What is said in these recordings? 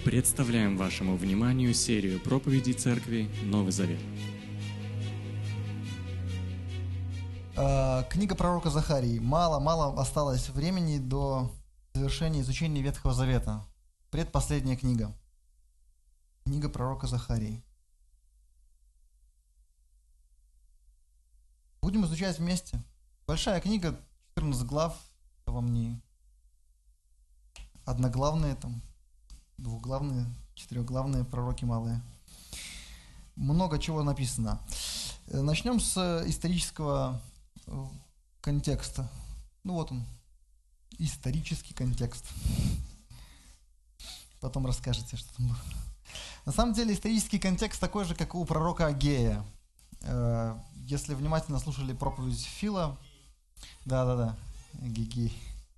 Представляем вашему вниманию серию проповедей Церкви Новый Завет. Книга пророка Захарии. Мало осталось времени до завершения изучения Ветхого Завета. Предпоследняя книга. Книга пророка Захарии. Будем изучать вместе. Большая книга, 14 глав, это вам не одноглавные, там, двухглавные, четырехглавные пророки малые. Много чего написано. Начнем с исторического контекста. Ну вот он, исторический контекст. Потом расскажете, что там было. На самом деле исторический контекст такой же, как у пророка Агея. Если внимательно слушали проповедь Фила, Гигей.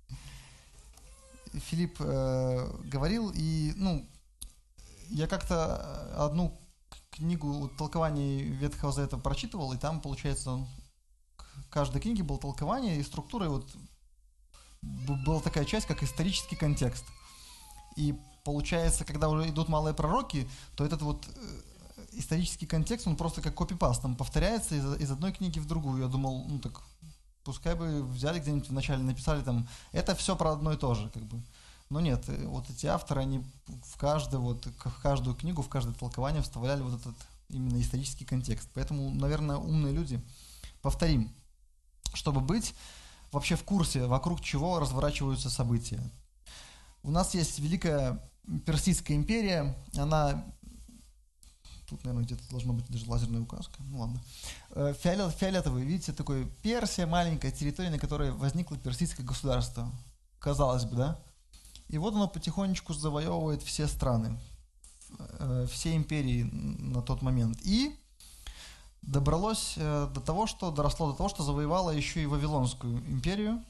Филипп говорил, и я как-то одну книгу толкований Ветхого Завета прочитывал, и там, получается, в каждой книге было толкование, и структура, вот была такая часть, как исторический контекст. И получается, когда уже идут малые пророки, то этот вот исторический контекст, он просто как копипаст, там повторяется из одной книги в другую. Я думал, так пускай бы взяли где-нибудь вначале, написали там, это все про одно и то же, как бы. Но нет, вот эти авторы, они в каждую книгу, в каждое толкование вставляли вот этот именно исторический контекст. Поэтому, наверное, умные люди, повторим, чтобы быть вообще в курсе, вокруг чего разворачиваются события. У нас есть Великая Персидская империя, она... Тут, наверное, где-то должна быть даже лазерная указка. Ну ладно. Фиолетовый, видите, такой Персия, маленькая территория, на которой возникло персидское государство. Казалось бы, да? И вот оно потихонечку завоевывает все страны, все империи на тот момент. И доросло до того, что завоевало еще и Вавилонскую империю.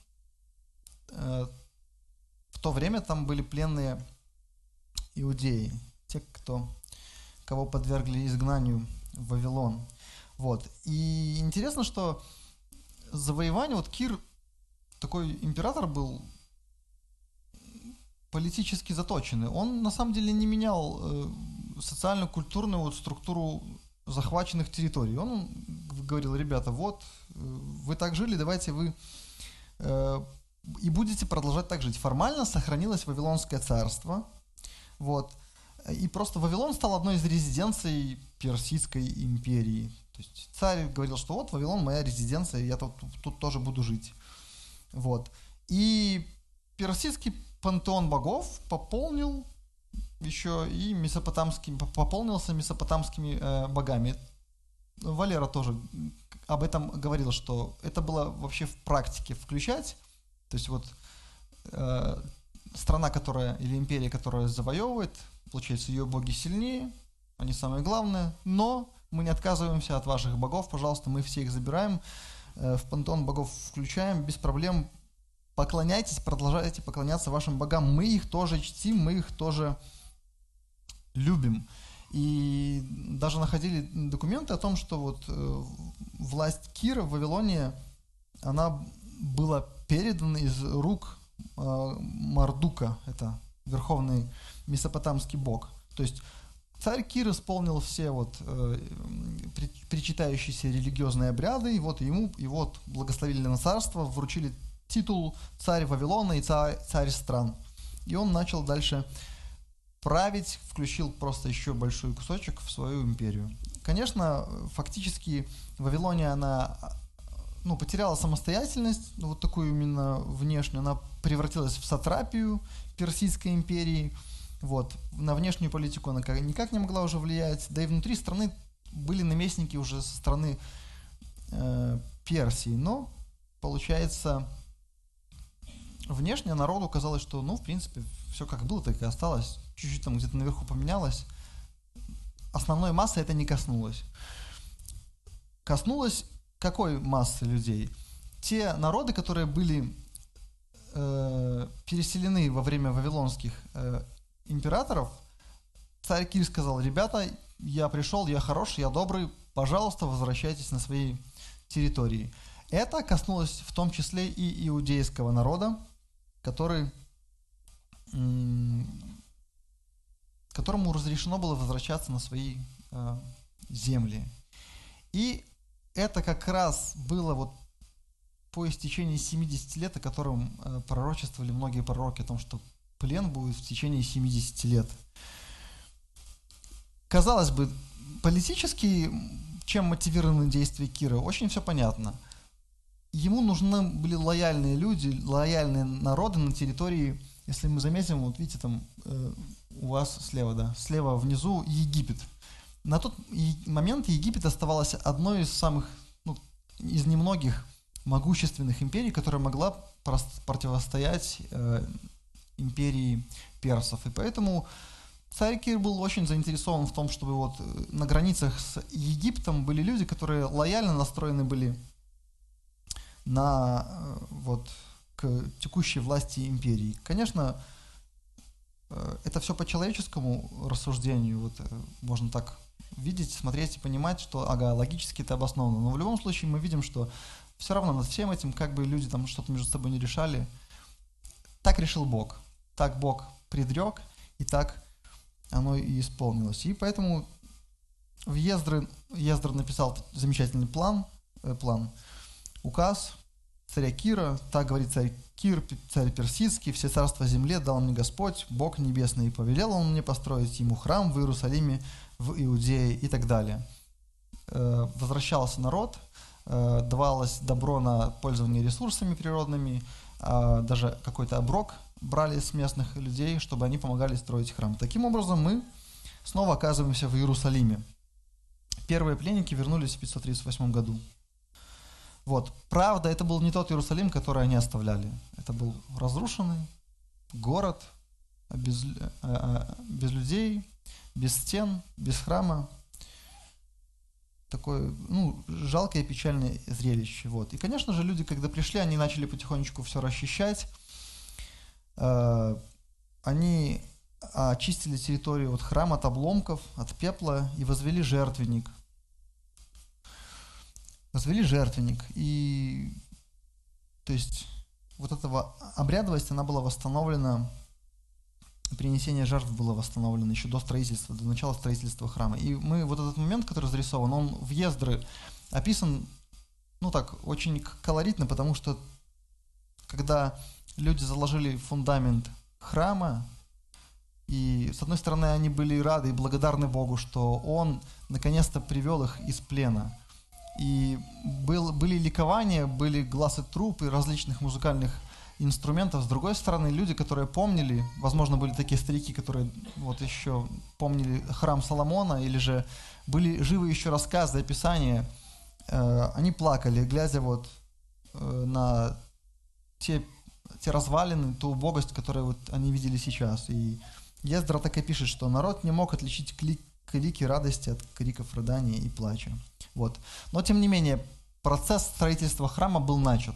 В то время там были пленные иудеи, те, кого подвергли изгнанию в Вавилон. Вот. И интересно, что завоевание, вот Кир, такой император был политически заточенный. Он на самом деле не менял социально-культурную вот структуру захваченных территорий. Он говорил, ребята, вот, вы так жили, давайте вы и будете продолжать так жить. Формально сохранилось Вавилонское царство. Вот. И просто Вавилон стал одной из резиденций Персидской империи. То есть царь говорил, что вот Вавилон моя резиденция, я тут тоже буду жить. Вот. И персидский пантеон богов пополнился месопотамскими богами. Валера тоже об этом говорил, что это было вообще в практике включать. То есть вот страна, или империя, которая завоевывает, получается, ее боги сильнее, они самые главные, но мы не отказываемся от ваших богов, пожалуйста, мы все их забираем, в пантеон богов включаем, без проблем, поклоняйтесь, продолжайте поклоняться вашим богам, мы их тоже чтим, мы их тоже любим. И даже находили документы о том, что вот власть Кира в Вавилоне, она была передана из рук Мардука, это верховный месопотамский бог. То есть царь Кир исполнил все причитающиеся религиозные обряды, и вот ему благословили на царство, вручили титул царь Вавилона и царь стран. И он начал дальше править, включил просто еще большой кусочек в свою империю. Конечно, фактически Вавилония, она потеряла самостоятельность, вот такую именно внешнюю, она превратилась в сатрапию Персидской империи. Вот. На внешнюю политику она никак не могла уже влиять, да и внутри страны были наместники уже со стороны Персии, но, получается, внешне народу казалось, что, в принципе, все как было, так и осталось, чуть-чуть там где-то наверху поменялось, основной массы это не коснулось. Коснулось какой массы людей? Те народы, которые были переселены во время вавилонских императоров, царь Кир сказал, ребята, я пришел, я хороший, я добрый, пожалуйста, возвращайтесь на свои территории. Это коснулось в том числе и иудейского народа, который которому разрешено было возвращаться на свои земли. И это как раз было вот по истечении 70 лет, о котором пророчествовали многие пророки, о том, что плен будет в течение 70 лет. Казалось бы, политически, чем мотивированы действия Кира, очень все понятно. Ему нужны были лояльные люди, лояльные народы на территории, если мы заметим, вот видите, там у вас слева, да, слева внизу Египет. На тот момент Египет оставалась одной из самых, из немногих могущественных империй, которая могла противостоять империи персов. И поэтому царь Кир был очень заинтересован в том, чтобы вот на границах с Египтом были люди, которые лояльно настроены были к текущей власти империи. Конечно, это все по человеческому рассуждению, вот можно так видеть, смотреть и понимать, что, логически это обосновано. Но в любом случае мы видим, что все равно над всем этим, как бы люди там что-то между собой не решали, так решил Бог. Так Бог предрек, и так оно и исполнилось. И поэтому Ездра написал замечательный план, указ царя Кира. Так говорит царь Кир, царь персидский: «Все царства земле дал мне Господь, Бог небесный, и повелел он мне построить ему храм в Иерусалиме, в Иудее», и так далее. Возвращался народ, давалось добро на пользование ресурсами природными, даже какой-то оброк брали с местных людей, чтобы они помогали строить храм. Таким образом, мы снова оказываемся в Иерусалиме. Первые пленники вернулись в 538 году. Вот. Правда, это был не тот Иерусалим, который они оставляли. Это был разрушенный город, без людей, без стен, без храма. Такое, жалкое и печальное зрелище. Вот. И, конечно же, люди, когда пришли, они начали потихонечку все расчищать. Они очистили территорию от храма, от обломков, от пепла и возвели жертвенник. И, то есть, вот эта обрядовость, она была восстановлена, принесение жертв было восстановлено еще до начала строительства храма. И мы, вот этот момент, который зарисован, он в Ездры описан, очень колоритно, потому что, когда люди заложили фундамент храма, и, с одной стороны, они были рады и благодарны Богу, что Он наконец-то привел их из плена. И были ликования, были глазы труб и различных музыкальных инструментов. С другой стороны, люди, которые помнили, возможно, были такие старики, которые вот еще помнили храм Соломона, или же были живы еще рассказы, описания, они плакали, глядя на те развалины, ту убогость, которую они видели сейчас. И Ездра так и пишет, что народ не мог отличить крики радости от криков рыдания и плача. Вот. Но, тем не менее, процесс строительства храма был начат.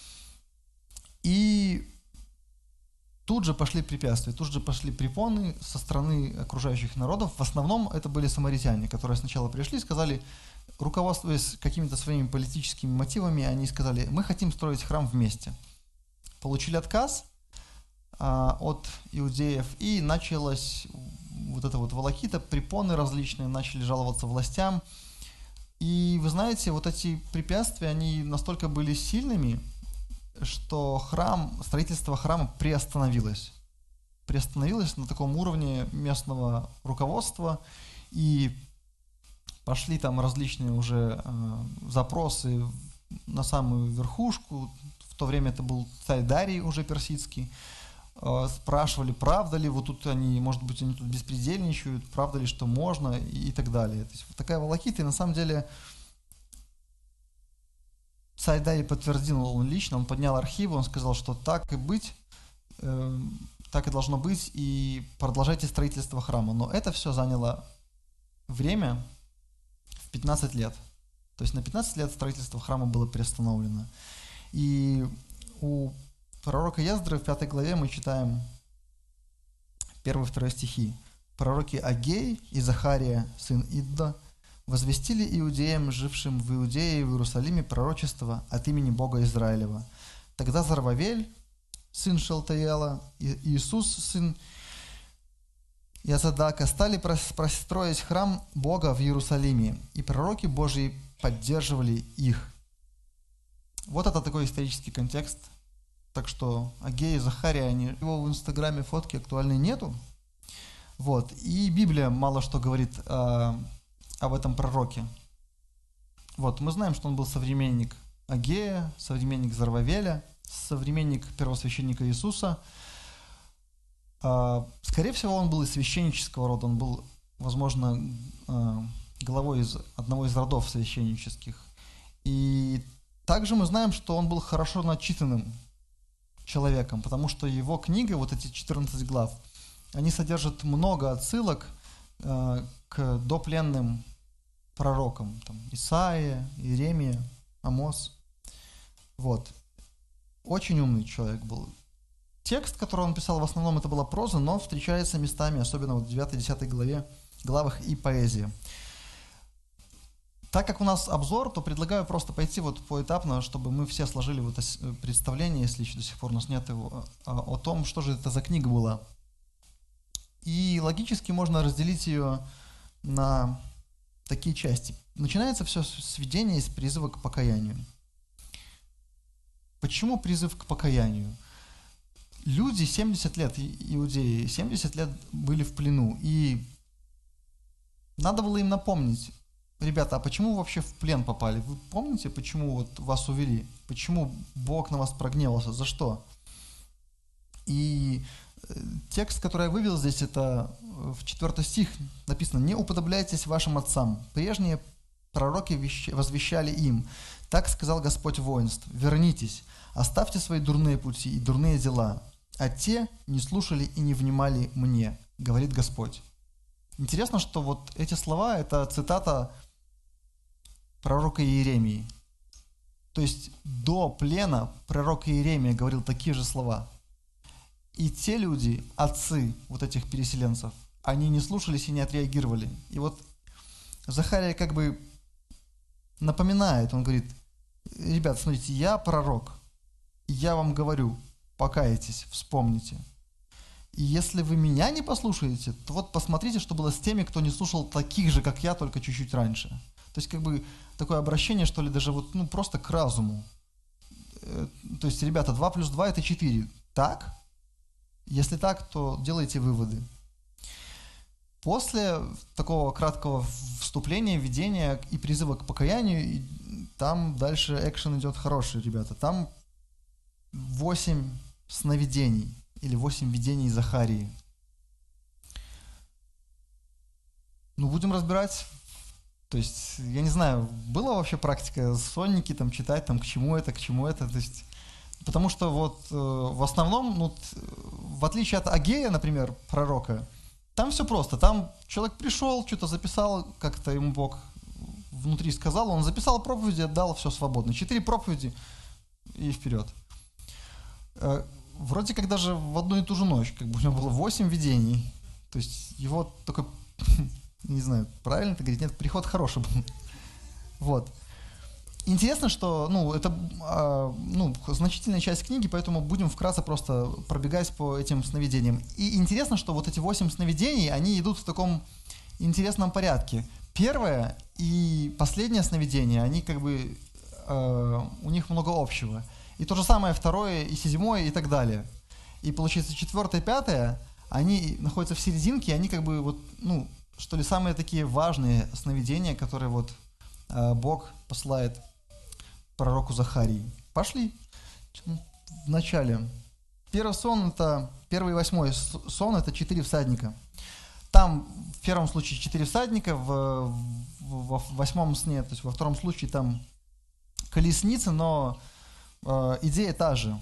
И тут же пошли препятствия, тут же пошли препоны со стороны окружающих народов. В основном это были самаритяне, которые сначала пришли и сказали, руководствуясь какими-то своими политическими мотивами, они сказали: мы хотим строить храм вместе. Получили отказ от иудеев, и началась вот эта волокита, препоны различные, начали жаловаться властям. И вы знаете, вот эти препятствия, они настолько были сильными, что строительство храма приостановилось. Приостановилось на таком уровне местного руководства, и пошли там различные уже запросы на самую верхушку. В то время это был царь Дарий уже персидский. Спрашивали, правда ли, вот тут они, может быть, они тут беспредельничают, правда ли, что можно, и так далее. То есть вот такая волокита, и на самом деле царь Дарий подтвердил, он лично, он поднял архивы, он сказал, что так и быть, так и должно быть, и продолжайте строительство храма. Но это все заняло время в 15 лет. То есть на 15 лет строительство храма было приостановлено. И у пророка Ездры в 5 главе мы читаем 1-2 стихи. Пророки Агей и Захария, сын Идда, возвестили иудеям, жившим в Иудее и в Иерусалиме, пророчество от имени Бога Израилева. Тогда Зарвавель, сын Шелтаела, и Иисус, сын и Азадака стали простроить храм Бога в Иерусалиме, и пророки Божьи поддерживали их. Вот это такой исторический контекст. Так что Агей и Захария, его в Инстаграме фотки актуальной нету. Вот. И Библия мало что говорит об этом пророке. Вот. Мы знаем, что он был современник Агея, современник Зарвавеля, современник первосвященника Иисуса. Скорее всего, он был из священнического рода. Он был, возможно, главой из одного из родов священнических. И также мы знаем, что он был хорошо начитанным человеком, потому что его книга, вот эти 14 глав, они содержат много отсылок к допленным пророкам. Там, Исаия, Иеремия, Амос. Вот. Очень умный человек был. Текст, который он писал, в основном это была проза, но встречается местами, особенно в 9-10 главах и поэзия. Так как у нас обзор, то предлагаю просто пойти вот поэтапно, чтобы мы все сложили вот представление, если еще до сих пор у нас нет его, о том, что же это за книга была. И логически можно разделить ее на такие части. Начинается все с видения, с призыва к покаянию. Почему призыв к покаянию? Люди 70 лет, иудеи, 70 лет были в плену, и надо было им напомнить: ребята, а почему вы вообще в плен попали? Вы помните, почему вот вас увели? Почему Бог на вас прогневался? За что? И текст, который я вывел здесь, это в 4 стих написано: «Не уподобляйтесь вашим отцам. Прежние пророки возвещали им: так сказал Господь воинств, вернитесь, оставьте свои дурные пути и дурные дела, а те не слушали и не внимали мне, говорит Господь». Интересно, что вот эти слова – это цитата пророка Иеремии. То есть до плена пророк Иеремия говорил такие же слова. И те люди, отцы вот этих переселенцев, они не слушались и не отреагировали. И вот Захария как бы напоминает, он говорит: ребят, смотрите, я пророк, я вам говорю, покайтесь, вспомните. И если вы меня не послушаете, то вот посмотрите, что было с теми, кто не слушал таких же, как я, только чуть-чуть раньше. То есть как бы такое обращение, что ли, даже вот, просто к разуму. То есть, ребята, 2 + 2 – это 4. Так? Если так, то делайте выводы. После такого краткого вступления, введения и призыва к покаянию, там дальше экшен идет хороший, ребята. Там 8 сновидений или 8 видений Захарии. Будем разбирать. То есть, я не знаю, была вообще практика сонники там читать, там к чему это. То есть, потому что вот в основном, в отличие от Агея, например, пророка, там все просто. Там человек пришел, что-то записал, как-то ему Бог внутри сказал, он записал проповеди, отдал, все свободно. 4 проповеди и вперед. Вроде как даже в одну и ту же ночь, как бы у него было 8 видений. То есть его такой, не знаю, правильно это говорить, нет, приход хороший был. Вот. Интересно, что, это, значительная часть книги, поэтому будем вкратце просто пробегать по этим сновидениям. И интересно, что вот эти 8 сновидений, они идут в таком интересном порядке. Первое и последнее сновидение, они как бы, у них много общего. И то же самое 2 и 7 и так далее. И получается 4 и 5, они находятся в серединке, и они как бы вот, что ли, самые такие важные сновидения, которые вот Бог посылает пророку Захарии. Пошли. В начале. Первый сон, это 1 и 8 сон, это 4 всадника. Там в первом случае 4 всадника, в 8 сне, то есть во втором случае там колесницы, но идея та же.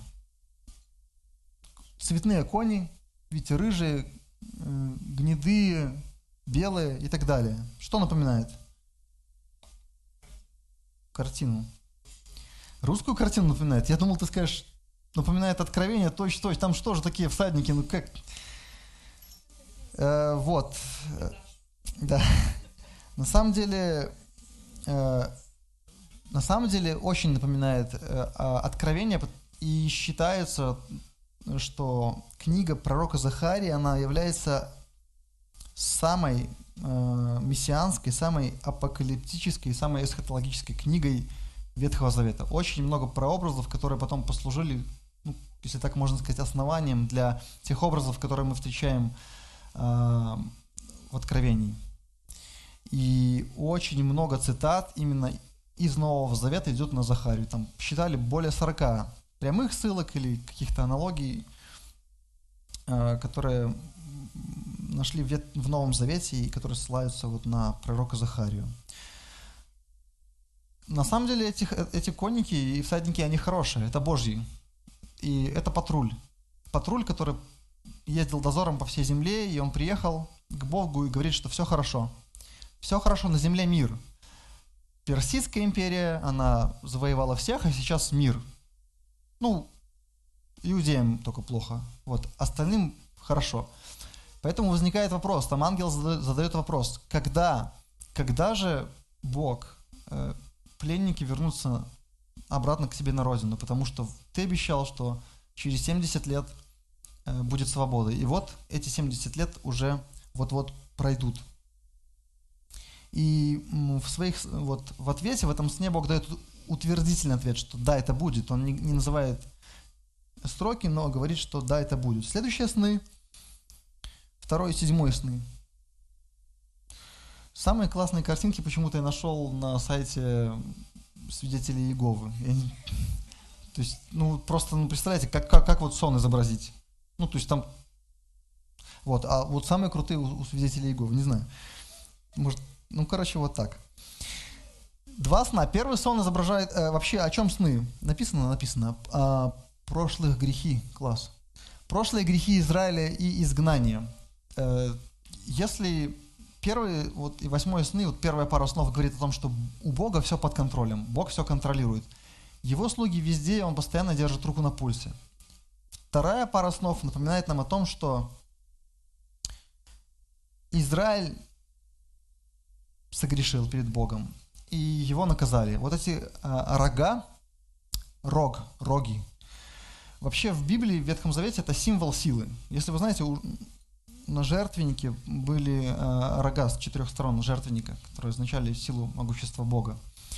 Цветные кони, видите, рыжие, гнедые, белые и так далее. Что напоминает? Картину. Русскую картину напоминает. Я думал, ты скажешь, напоминает Откровение, точь-в-точь. Там что же такие всадники? Как? Вот. Да. На самом деле очень напоминает Откровение, и считается, что книга пророка Захарии, она является самой мессианской, самой апокалиптической, самой эсхатологической книгой Ветхого Завета. Очень много прообразов, которые потом послужили, ну, если так можно сказать, основанием для тех образов, которые мы встречаем в Откровении. И очень много цитат именно из Нового Завета идет на Захарию. Там считали более 40 прямых ссылок или каких-то аналогий, которые нашли в Новом Завете и которые ссылаются вот на пророка Захарию. На самом деле эти конники и всадники, они хорошие, это Божьи. И это патруль. Патруль, который ездил дозором по всей земле, и он приехал к Богу и говорит, что все хорошо. Все хорошо, на земле мир. Персидская империя, она завоевала всех, а сейчас мир. Ну, иудеям только плохо, вот, остальным хорошо. Поэтому возникает вопрос, там ангел задает вопрос, когда же Бог, пленники вернутся обратно к себе на родину, потому что ты обещал, что через 70 лет будет свобода. И вот эти 70 лет уже вот-вот пройдут. И в ответе, в этом сне Бог дает утвердительный ответ, что да, это будет. Он не называет строки, но говорит, что да, это будет. Следующие сны, 2 и 7 сны. Самые классные картинки почему-то я нашел на сайте свидетелей Иеговы. То есть, просто, представляете, как вот сон изобразить. То есть там, вот, а вот самые крутые у свидетелей Иеговы, не знаю. Может, вот так. 2 сна. Первый сон изображает, вообще, о чем сны? Написано, прошлых грехи, класс. Прошлые грехи Израиля и изгнание. Если первые, и 8 сны, первая пара снов говорит о том, что у Бога все под контролем, Бог все контролирует. Его слуги везде, он постоянно держит руку на пульсе. Вторая пара снов напоминает нам о том, что Израиль согрешил перед Богом, и его наказали. Вот эти роги. Вообще в Библии, в Ветхом Завете, это символ силы. Если вы знаете, на жертвеннике были рога с 4 сторон жертвенника, которые означали силу, могущества Бога.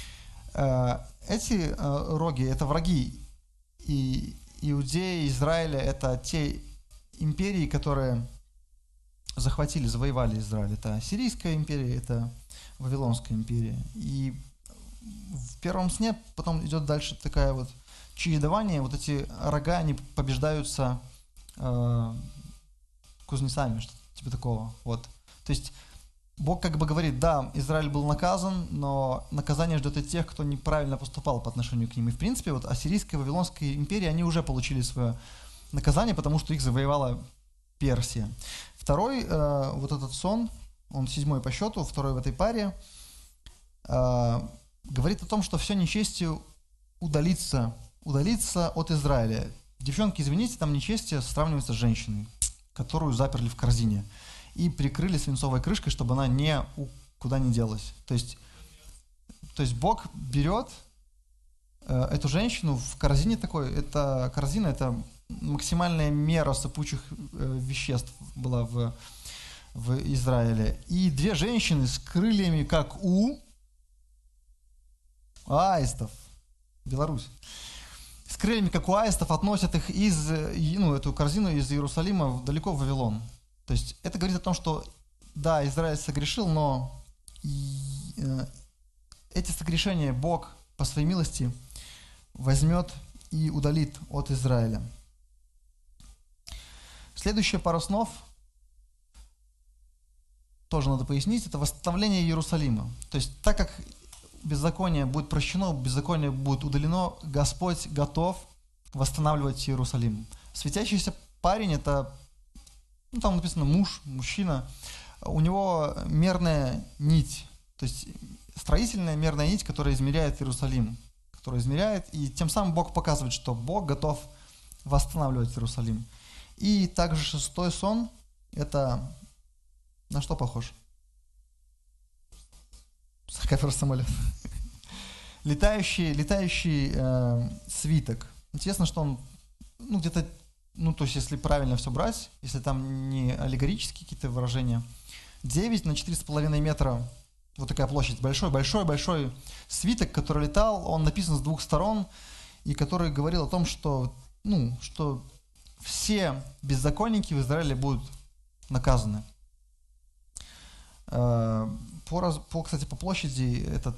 Эти роги – это враги и Иудеи, Израиля – это те империи, которые завоевали Израиль. Это Ассирийская империя, это Вавилонская империя. И в первом сне потом идет дальше такая вот чередование. Вот эти рога, они побеждаются кузнецами, что-то типа такого. Вот. То есть Бог как бы говорит, да, Израиль был наказан, но наказание ждет и тех, кто неправильно поступал по отношению к ним. И в принципе вот Ассирийская и Вавилонская империи, они уже получили свое наказание, потому что их завоевала Персия. Второй, вот этот сон, он 7 по счету, второй в этой паре, говорит о том, что все нечестие удалится от Израиля. Девчонки, извините, там нечестие сравнивается с женщиной, которую заперли в корзине и прикрыли свинцовой крышкой, чтобы она никуда не делась. То есть Бог берет эту женщину в корзине такой, эта корзина, это максимальная мера сыпучих веществ была в Израиле. И 2 женщины с крыльями, как у аистов, Беларусь, с крыльями, как у аистов, относят их эту корзину из Иерусалима далеко в Вавилон. То есть это говорит о том, что да, Израиль согрешил, но эти согрешения Бог по своей милости возьмет и удалит от Израиля. Следующая пара снов, тоже надо пояснить, это восстановление Иерусалима. То есть так как беззаконие будет прощено, беззаконие будет удалено, Господь готов восстанавливать Иерусалим. Светящийся парень – это, там написано мужчина, у него мерная нить, то есть строительная мерная нить, которая измеряет Иерусалим, и тем самым Бог показывает, что Бог готов восстанавливать Иерусалим. И также 6 сон – это на что похож? Сахафер-самолет. Летающий свиток. Интересно, что он, где-то, то есть если правильно все брать, если там не аллегорические какие-то выражения, 9 на 4,5 метра, вот такая площадь, большой свиток, который летал, он написан с двух сторон, и который говорил о том, что, что все беззаконники в Израиле будут наказаны. Кстати, по площади этот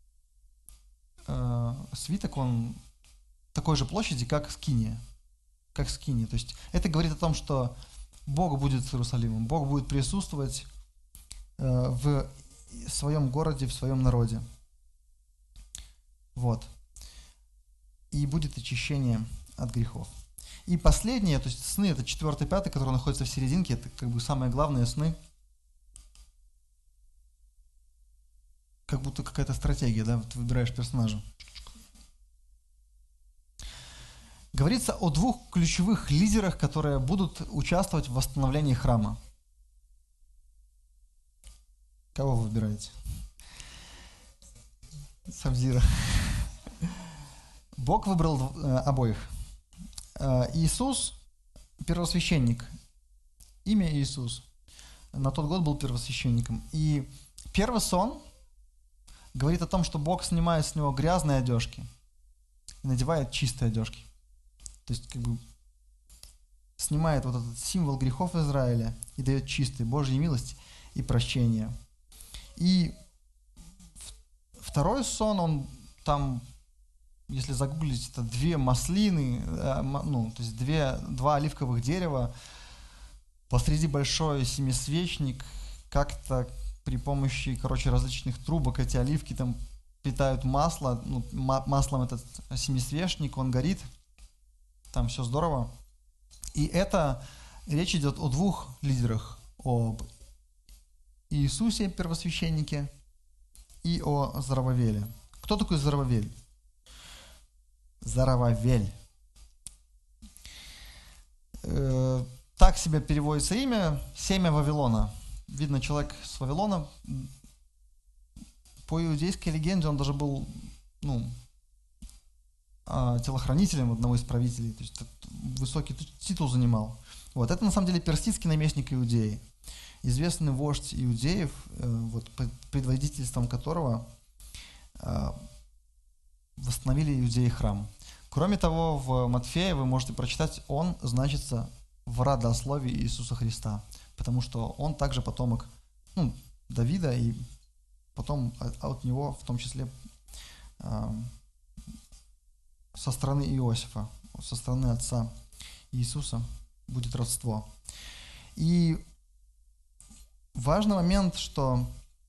свиток, он такой же площади, как Скиния. То есть это говорит о том, что Бог будет с Иерусалимом, Бог будет присутствовать в своем городе, в своем народе. Вот. И будет очищение от грехов. И последнее, то есть сны, это 4-й, 5-й, который находится в серединке, это как бы самые главные сны. Как будто какая-то стратегия, да, ты выбираешь персонажа. Говорится о двух ключевых лидерах, которые будут участвовать в восстановлении храма. Кого вы выбираете? Сабзира. Бог выбрал обоих. Иисус, первосвященник. Имя Иисус. На тот год был первосвященником. И первый сон говорит о том, что Бог снимает с него грязные одежки и надевает чистые одежки. То есть, как бы, снимает вот этот символ грехов Израиля и дает чистые Божьи милость и прощение. И второй сон, он там, если загуглить, это 2 маслины, то есть 2 оливковых дерева, посреди большой семисвечник, как-то при помощи, различных трубок эти оливки там питают масло, маслом этот семисвечник, он горит, там все здорово. И это речь идет о 2 лидерах, об Иисусе, первосвященнике, и о Зоровавеле. Кто такой Зоровавель? Зоровавель. Так себе переводится имя, семя Вавилона. Видно, человек с Вавилона. По иудейской легенде он даже был, телохранителем одного из правителей, то есть высокий титул занимал. Вот. Это на самом деле персидский наместник Иудеи, известный вождь иудеев, под предводительством которого восстановили иудеи храм. Кроме того, в Матфея вы можете прочитать, он значится в родословии Иисуса Христа, потому что он также потомок Давида, и потом от него, в том числе со стороны Иосифа, со стороны отца Иисуса будет родство. И важный момент, что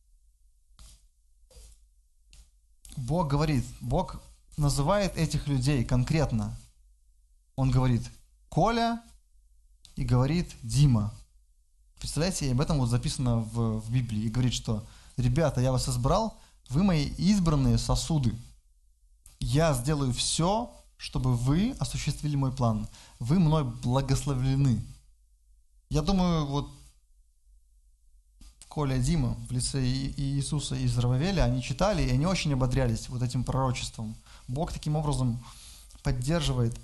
Бог называет этих людей конкретно. Он говорит Коля и говорит Дима. Представляете, об этом записано в Библии. И говорит, что ребята, я вас избрал, вы мои избранные сосуды. Я сделаю все, чтобы вы осуществили мой план. Вы мной благословлены. Я думаю, Коля и Дима в лице Иисуса и Зоровавеля, они читали, и они очень ободрялись этим пророчеством. Бог таким образом поддерживает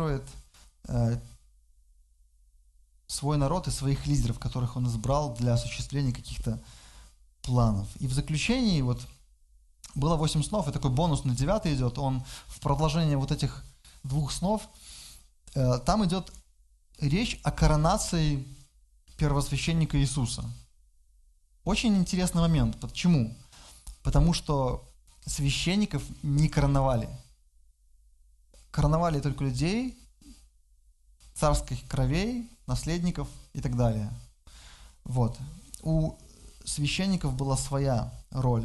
свой народ и своих лидеров, которых он избрал для осуществления каких-то планов. И в заключении было 8 снов, и такой бонус на 9 идет, он в продолжение этих 2 снов, там идет речь о коронации первосвященника Иисуса. Очень интересный момент. Почему? Потому что священников не короновали. Короновали только людей, царских кровей, наследников и так далее. У священников была своя роль.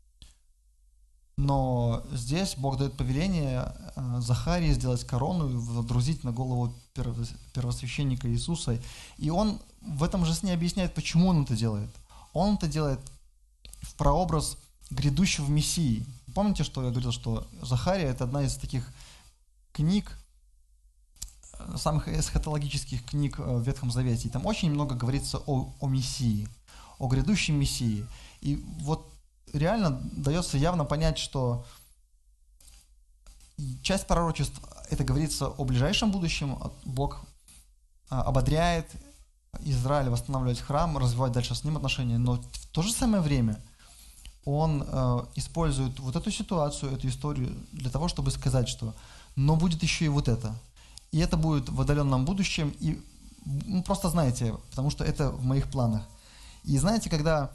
Но здесь Бог дает повеление Захарии сделать корону и водрузить на голову первосвященника Иисуса. И он в этом же сне объясняет, почему он это делает. Он это делает в прообраз грядущего Мессии. Помните, что я говорил, что Захария – это одна из таких книг, самых эсхатологических книг в Ветхом Завете. И там очень много говорится о Мессии, о грядущем Мессии. И реально дается явно понять, что часть пророчеств, это говорится о ближайшем будущем, Бог ободряет Израиль восстанавливать храм, развивать дальше с ним отношения, но в то же самое время он использует вот эту ситуацию, эту историю для того, чтобы сказать, что но будет еще и вот это. И это будет в отдаленном будущем, и просто знаете, потому что это в моих планах. И знаете, когда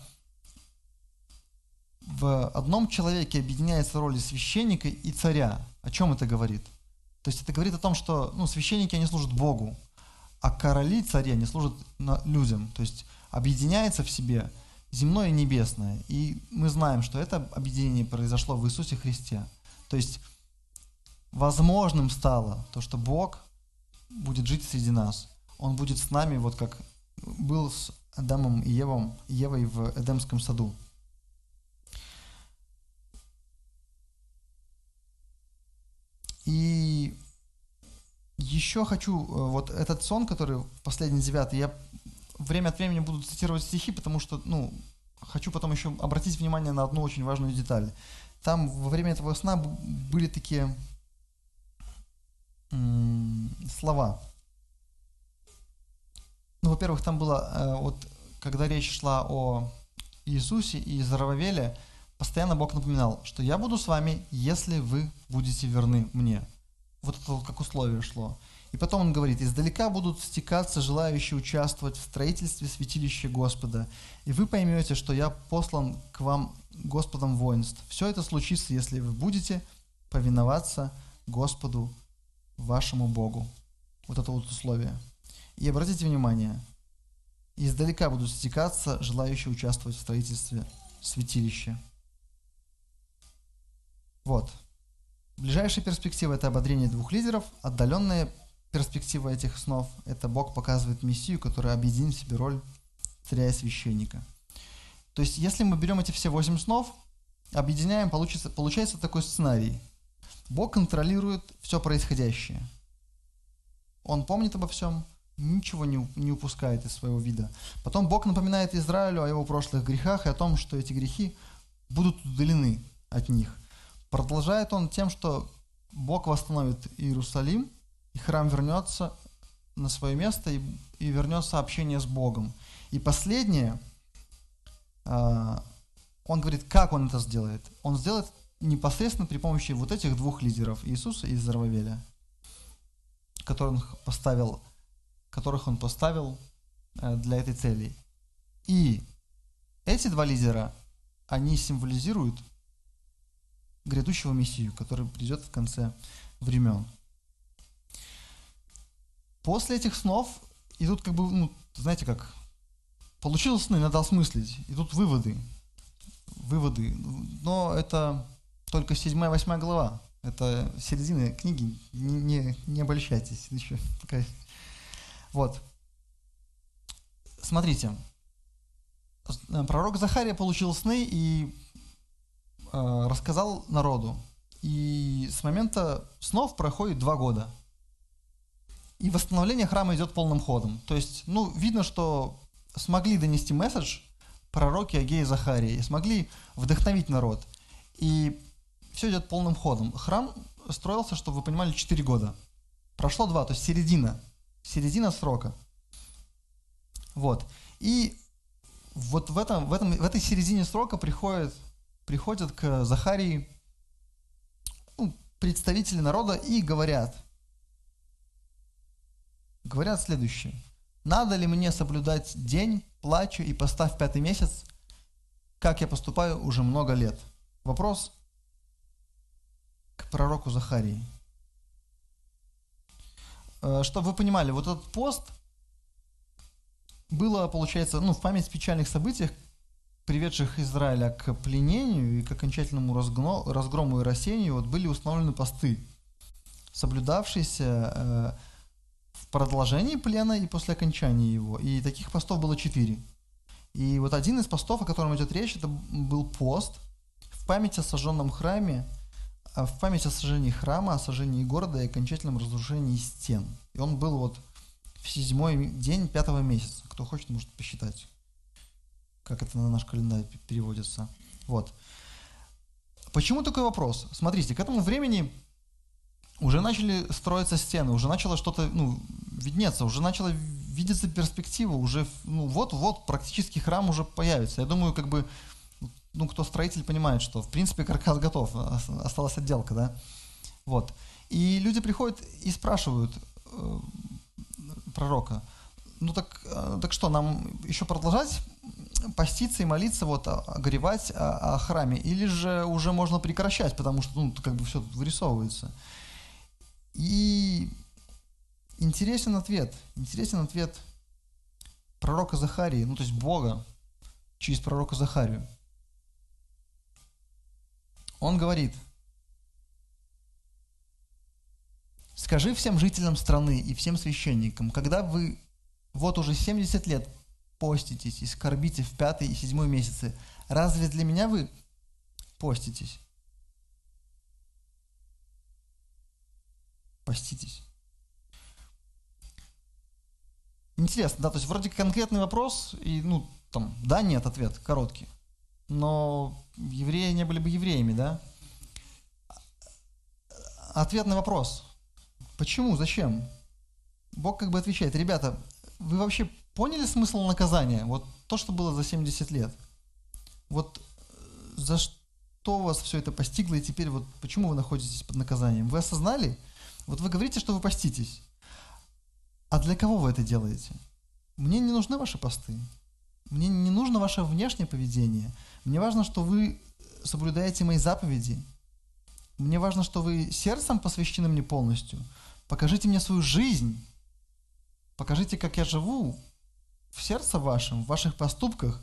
в одном человеке объединяется роли священника и царя, о чем это говорит? То есть это говорит о том, что священники, они служат Богу, а короли, цари, они служат людям. То есть объединяется в себе земное и небесное. И мы знаем, что это объединение произошло в Иисусе Христе. То есть возможным стало то, что Бог будет жить среди нас. Он будет с нами, вот как был с Адамом и Евой в Эдемском саду. И еще хочу, вот этот сон, который последний 9, я время от времени буду цитировать стихи, потому что, хочу потом еще обратить внимание на одну очень важную деталь. Там во время этого сна были такие слова. Во-первых, там было, вот когда речь шла о Иисусе и Зарававеле, постоянно Бог напоминал, что я буду с вами, если вы будете верны мне. Вот это вот как условие шло. И потом он говорит, издалека будут стекаться желающие участвовать в строительстве святилища Господа, и вы поймете, что я послан к вам Господом воинств. Все это случится, если вы будете повиноваться Господу вашему Богу. Вот это вот условие. И обратите внимание, издалека будут стекаться желающие участвовать в строительстве святилища. Вот. Ближайшая перспектива – это ободрение двух лидеров. Отдаленная перспектива этих снов – это Бог показывает Мессию, который объединит в себе роль царя и священника. То есть, если мы берем эти все 8 снов, объединяем, получается такой сценарий. Бог контролирует все происходящее. Он помнит обо всем, ничего не упускает из своего вида. Потом Бог напоминает Израилю о его прошлых грехах и о том, что эти грехи будут удалены от них. Продолжает он тем, что Бог восстановит Иерусалим, и храм вернется на свое место, и вернется общение с Богом. И последнее, он говорит, как он это сделает. Он сделает непосредственно при помощи вот этих двух лидеров, Иисуса и Зарававеля, которых он поставил для этой цели. И эти два лидера, они символизируют грядущего Мессию, который придет в конце времен. После этих снов идут знаете как, получил сны, надо осмыслить, идут выводы, но это только 7-8 глава, это середина книги, не обольщайтесь, еще такая. Вот. Смотрите, пророк Захария получил сны и рассказал народу. И с момента снов проходит 2 года. И восстановление храма идет полным ходом. То есть, видно, что смогли донести месседж пророки Агей и Захария, и смогли вдохновить народ. И все идет полным ходом. Храм строился, чтобы вы понимали, 4 года. Прошло 2, то есть середина срока. Вот. И вот в этой середине срока приходят к Захарии представители народа и говорят следующее. Надо ли мне соблюдать день, плачу и поста в 5-й месяц, как я поступаю уже много лет? Вопрос к пророку Захарии. Чтобы вы понимали, вот этот пост было, получается, в память о печальных событиях, приведших Израиля к пленению и к окончательному разгрому и рассеянию, были установлены посты, соблюдавшиеся в продолжении плена и после окончания его. И таких постов было 4. И вот один из постов, о котором идет речь, это был пост в память о сожженном храме, в память о сожжении храма, о сожжении города и окончательном разрушении стен. И он был в 7-й день 5-го месяца. Кто хочет, может посчитать, как это на наш календарь переводится. Вот. Почему такой вопрос? Смотрите, к этому времени уже начали строиться стены, уже начало что-то виднеться, уже начало видится перспектива уже, вот-вот практически храм уже появится. Я думаю, кто строитель понимает, что в принципе каркас готов, осталась отделка, да. Вот. И люди приходят и спрашивают пророка: так что, нам еще продолжать поститься и молиться, горевать о храме, или же уже можно прекращать, потому что, все тут вырисовывается. И интересен ответ пророка Захарии, то есть Бога через пророка Захарию. Он говорит: «Скажи всем жителям страны и всем священникам, когда вы уже 70 лет поститесь и скорбите в 5 и 7 месяцы, разве для меня вы поститесь?» Поститесь. Интересно, да, то есть вроде конкретный вопрос, и, да, нет, ответ короткий. Но евреи не были бы евреями, да? Ответ на вопрос: почему, зачем? Бог отвечает: ребята, вы вообще поняли смысл наказания? То, что было за 70 лет. За что вас все это постигло, и теперь почему вы находитесь под наказанием? Вы осознали? Вы говорите, что вы поститесь. А для кого вы это делаете? Мне не нужны ваши посты. Мне не нужно ваше внешнее поведение. Мне важно, что вы соблюдаете мои заповеди. Мне важно, что вы сердцем посвящены мне полностью. Покажите мне свою жизнь. Покажите, как я живу в сердце вашем, в ваших поступках.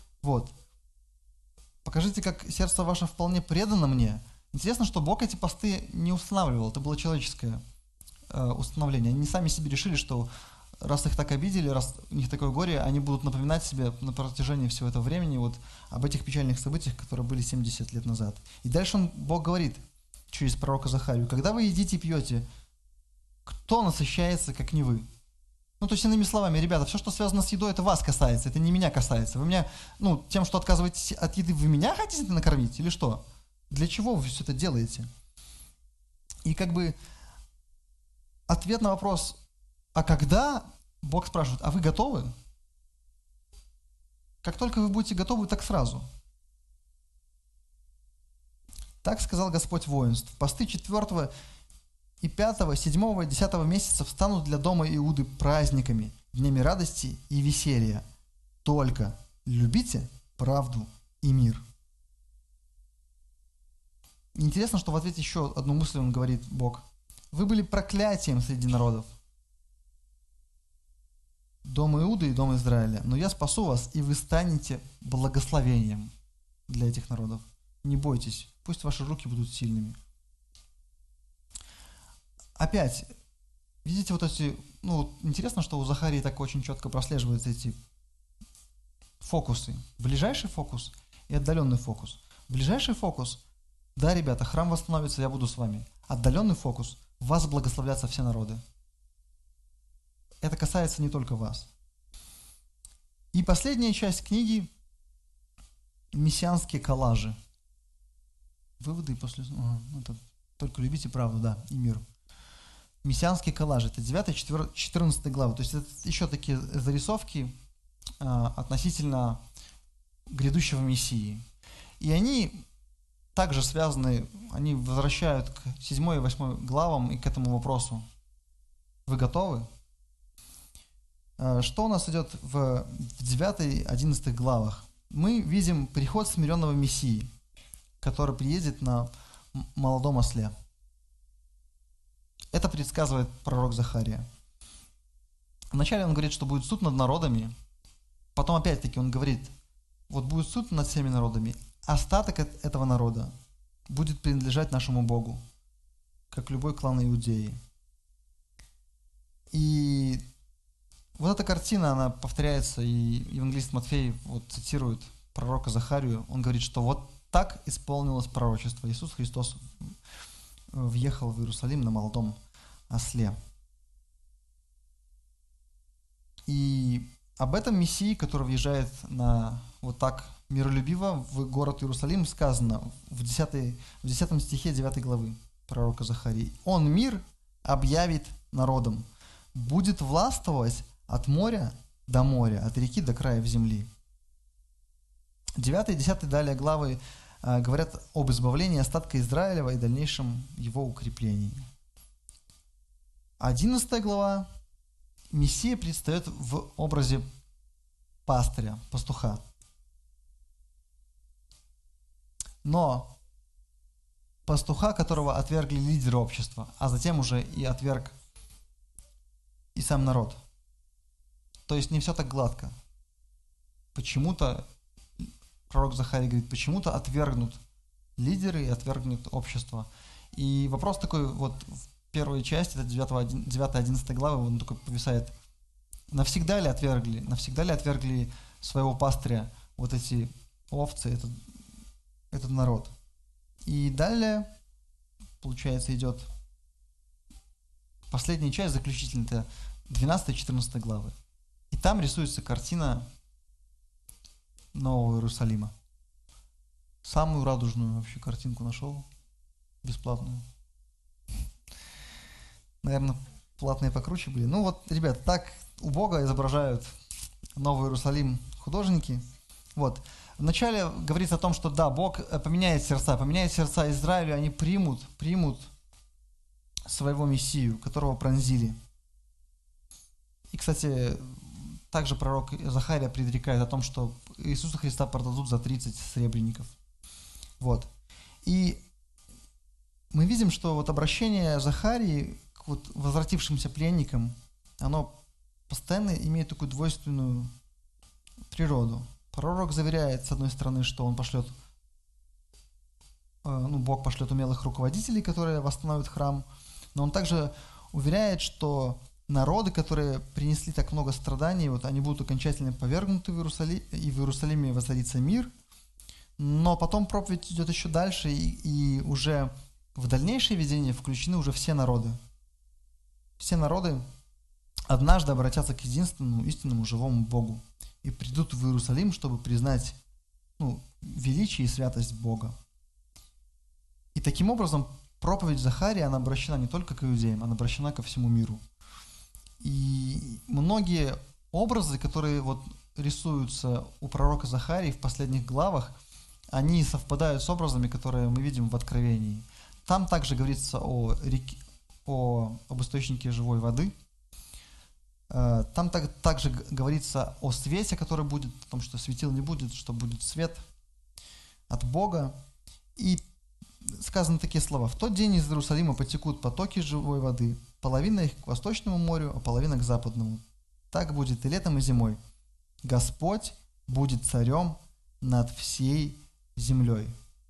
Покажите, как сердце ваше вполне предано мне. Интересно, что Бог эти посты не устанавливал. Это было человеческое установление. Они сами себе решили, что раз их так обидели, раз у них такое горе, они будут напоминать себе на протяжении всего этого времени об этих печальных событиях, которые были 70 лет назад. И дальше Бог говорит через пророка Захарию: когда вы едите и пьете, кто насыщается, как не вы? То есть, иными словами, ребята, все, что связано с едой, это вас касается, это не меня касается. Вы меня, тем, что отказываетесь от еды, вы меня хотите накормить или что? Для чего вы все это делаете? И ответ на вопрос: а когда, Бог спрашивает: а вы готовы? Как только вы будете готовы, так сразу. Так сказал Господь воинств: посты 4 и 5, 7, 10 месяцев станут для дома Иуды праздниками, днями радости и веселья. Только любите правду и мир. Интересно, что в ответе еще одну мысль он говорит, Бог: вы были проклятием среди народов, дом Иуды и дом Израиля, но я спасу вас, и вы станете благословением для этих народов. Не бойтесь, пусть ваши руки будут сильными. Опять, видите, эти, интересно, что у Захарии так очень четко прослеживаются эти фокусы. Ближайший фокус и отдаленный фокус. Ближайший фокус: да, ребята, храм восстановится, я буду с вами. Отдаленный фокус: в вас благословлятся все народы. Это касается не только вас. И последняя часть книги — мессианские коллажи. Выводы после... это только любите правду, да, и мир. Мессианские коллажи — это 9-14 главы. То есть это еще такие зарисовки относительно грядущего Мессии. И они также связаны, они возвращают к 7 и 8 главам и к этому вопросу. Вы готовы? Что у нас идет в 9 и 11 главах? Мы видим приход смиренного Мессии, который приедет на молодом осле. Это предсказывает пророк Захария. Вначале он говорит, что будет суд над народами. Потом опять-таки он говорит: будет суд над всеми народами. Остаток этого народа будет принадлежать нашему Богу, как любой клан Иудеи. И эта картина, она повторяется, и евангелист Матфей цитирует пророка Захарию. Он говорит, что так исполнилось пророчество. Иисус Христос въехал в Иерусалим на молодом осле. И об этом Мессии, который въезжает так миролюбиво в город Иерусалим, сказано в 10 стихе 9 главы пророка Захарии. Он мир объявит народам, будет властвовать от моря до моря, от реки до краев земли. 9 и 10 далее главы говорят об избавлении остатка Израилева и дальнейшем его укреплении. 11 глава Мессия предстает в образе пастыря, пастуха. Но пастуха, которого отвергли лидеры общества, а затем уже и отверг и сам народ. То есть не все так гладко. Почему-то, пророк Захарий говорит, почему-то отвергнут лидеры и отвергнут общество. И вопрос такой, вот в первой части, это 9-11 главы, он такой повисает. Навсегда ли отвергли своего пастыря вот эти овцы, этот народ? И далее, получается, идет последняя часть, заключительная, это 12-14 главы. И там рисуется картина Нового Иерусалима. Самую радужную вообще картинку нашел, бесплатную. Наверное, платные покруче были. Ну вот, ребят, так убого изображают Новый Иерусалим художники. Вот. Вначале говорится о том, что да, Бог поменяет сердца Израилю, они примут своего Мессию, которого пронзили. И, кстати, также пророк Захария предрекает о том, что Иисуса Христа продадут за 30 сребреников. Вот. И мы видим, что вот обращение Захарии к вот возвратившимся пленникам, оно постоянно имеет такую двойственную природу. Пророк заверяет, с одной стороны, что он пошлет, Бог пошлет умелых руководителей, которые восстановят храм, но он также уверяет, что народы, которые принесли так много страданий, вот они будут окончательно повергнуты в Иерусалиме, и в Иерусалиме воцарится мир. Но потом проповедь идет еще дальше, и уже в дальнейшее видение включены уже все народы. Все народы однажды обратятся к единственному истинному живому Богу и придут в Иерусалим, чтобы признать величие и святость Бога. И таким образом проповедь Захария, она обращена не только к иудеям, она обращена ко всему миру. И многие образы, которые вот рисуются у пророка Захарии в последних главах, они совпадают с образами, которые мы видим в Откровении. Там также говорится об источнике живой воды. Там также говорится о свете, который будет, о том, что светил не будет, что будет свет от Бога. И сказаны такие слова. «В тот день из Иерусалима потекут потоки живой воды, половина их к восточному морю, а половина к западному. Так будет и летом, и зимой. Господь будет царем над всей землей».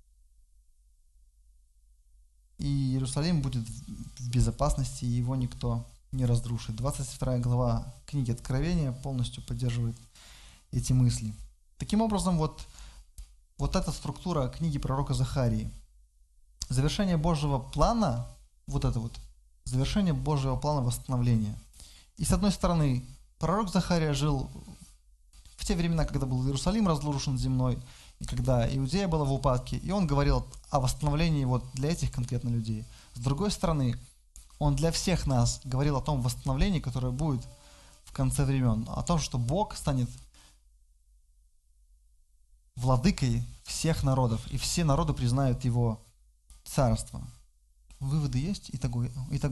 И Иерусалим будет в безопасности, и его никто не разрушит. 22 глава книги Откровения полностью поддерживает эти мысли. Таким образом, вот эта структура книги пророка Захарии. Завершение Божьего плана, завершение Божьего плана восстановления. И с одной стороны, пророк Захария жил в те времена, когда был Иерусалим разрушен земной, и когда Иудея была в упадке, и он говорил о восстановлении для этих конкретно людей. С другой стороны, он для всех нас говорил о том восстановлении, которое будет в конце времен, о том, что Бог станет владыкой всех народов, и все народы признают его царство. Выводы есть? Итого.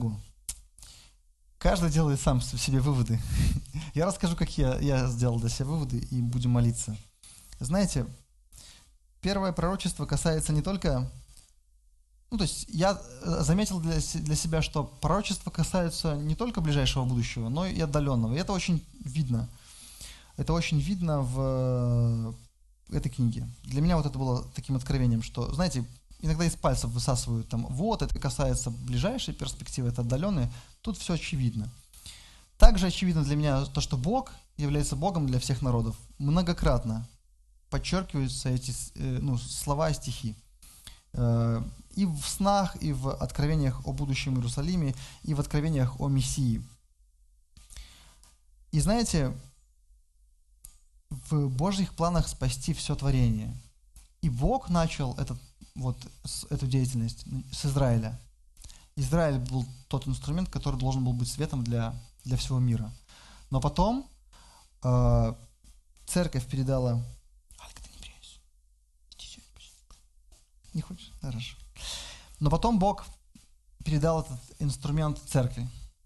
Каждый делает сам себе выводы. Я расскажу, как я сделал для себя выводы, и будем молиться. Знаете, первое пророчество касается не только... то есть я заметил для себя, что пророчества касаются не только ближайшего будущего, но и отдаленного. И это очень видно. Это очень видно в этой книге. Для меня это было таким откровением, что, знаете, иногда из пальцев высасывают это касается ближайшей перспективы, это отдаленные. Тут все очевидно. Также очевидно для меня то, что Бог является Богом для всех народов. Многократно подчеркиваются эти слова и стихи. И в снах, и в откровениях о будущем Иерусалиме, и в откровениях о Мессии. И знаете, в Божьих планах спасти все творение. И Бог начал эту деятельность с Израиля. Израиль был тот инструмент, который должен был быть светом для всего мира. Но потом церковь передала... Алька, ты не прячься. Не хочешь? Хорошо. Но потом Бог передал этот инструмент церкви.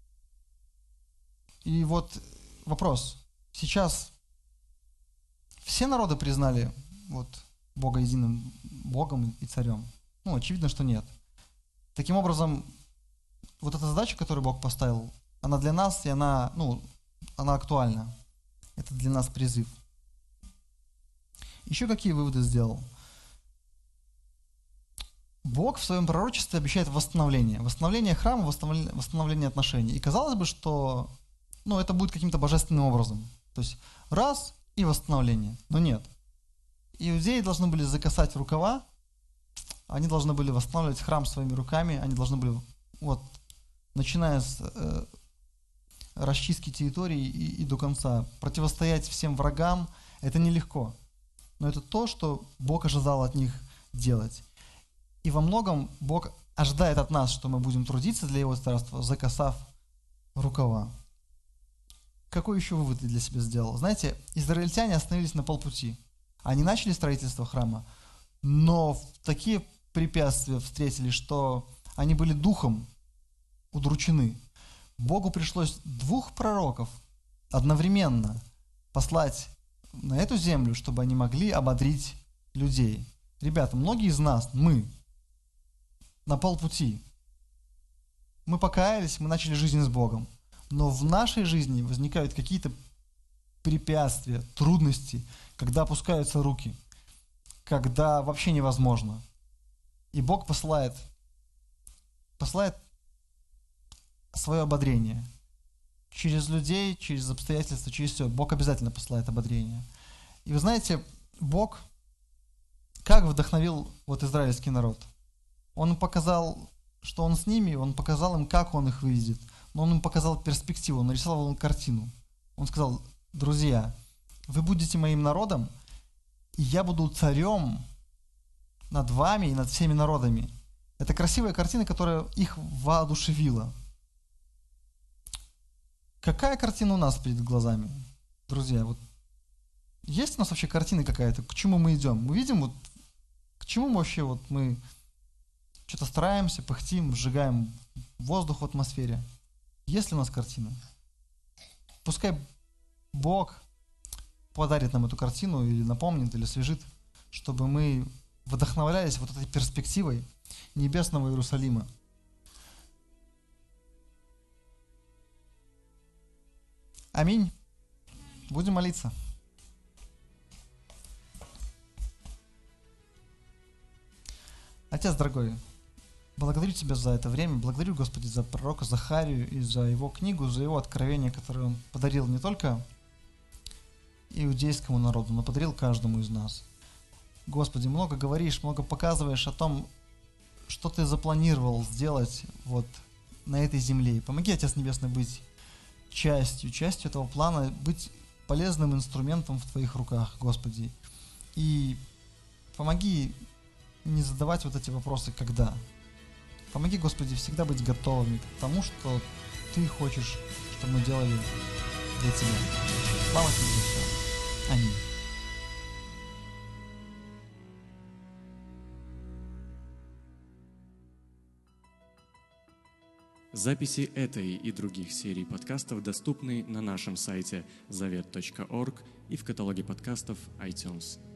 И вот вопрос. Сейчас все народы признали вот Бога единым Богом и царем? Ну, очевидно, что нет. Таким образом, вот эта задача, которую Бог поставил, она для нас, и она актуальна. Это для нас призыв. Еще какие выводы сделал? Бог в своем пророчестве обещает восстановление. Восстановление храма, восстановление отношений. И казалось бы, что это будет каким-то божественным образом. То есть раз и восстановление. Но нет. Иудеи должны были закасать рукава, они должны были восстанавливать храм своими руками, они должны были, начиная с расчистки территории и до конца, противостоять всем врагам. Это нелегко. Но это то, что Бог ожидал от них делать. И во многом Бог ожидает от нас, что мы будем трудиться для Его царства, закасав рукава. Какой еще вывод я для себя сделал? Знаете, израильтяне остановились на полпути. Они начали строительство храма, но такие препятствия встретили, что они были духом удручены. Богу пришлось 2 пророков одновременно послать на эту землю, чтобы они могли ободрить людей. Ребята, многие из нас, мы на полпути. Мы покаялись, мы начали жизнь с Богом. Но в нашей жизни возникают какие-то препятствия, трудности, когда опускаются руки, когда вообще невозможно. И Бог посылает свое ободрение. Через людей, через обстоятельства, через все. Бог обязательно посылает ободрение. И вы знаете, Бог как вдохновил израильский народ. Он им показал, что Он с ними, Он показал им, как Он их выведет. Но Он им показал перспективу, Он нарисовал им картину. Он сказал: друзья, вы будете моим народом, и я буду царем над вами и над всеми народами. Это красивая картина, которая их воодушевила. Какая картина у нас перед глазами? Друзья, есть у нас вообще картина какая-то, к чему мы идем? Мы видим, к чему вообще мы что-то стараемся, пыхтим, сжигаем воздух в атмосфере. Есть ли у нас картина? Пускай Бог подарит нам эту картину или напомнит, или освежит, чтобы мы вдохновлялись этой перспективой небесного Иерусалима. Аминь. Будем молиться. Отец дорогой, благодарю Тебя за это время, благодарю, Господи, за пророка Захарию и за его книгу, за его откровение, которое он подарил не только иудейскому народу, но подарил каждому из нас. Господи, много говоришь, много показываешь о том, что Ты запланировал сделать на этой земле. Помоги, Отец Небесный, быть частью этого плана, быть полезным инструментом в Твоих руках, Господи. И помоги не задавать эти вопросы «когда?». Помоги, Господи, всегда быть готовыми к тому, что Ты хочешь, чтобы мы делали для Тебя. Слава Тебе за все. Аминь. Записи этой и других серий подкастов доступны на нашем сайте zavet.org и в каталоге подкастов iTunes.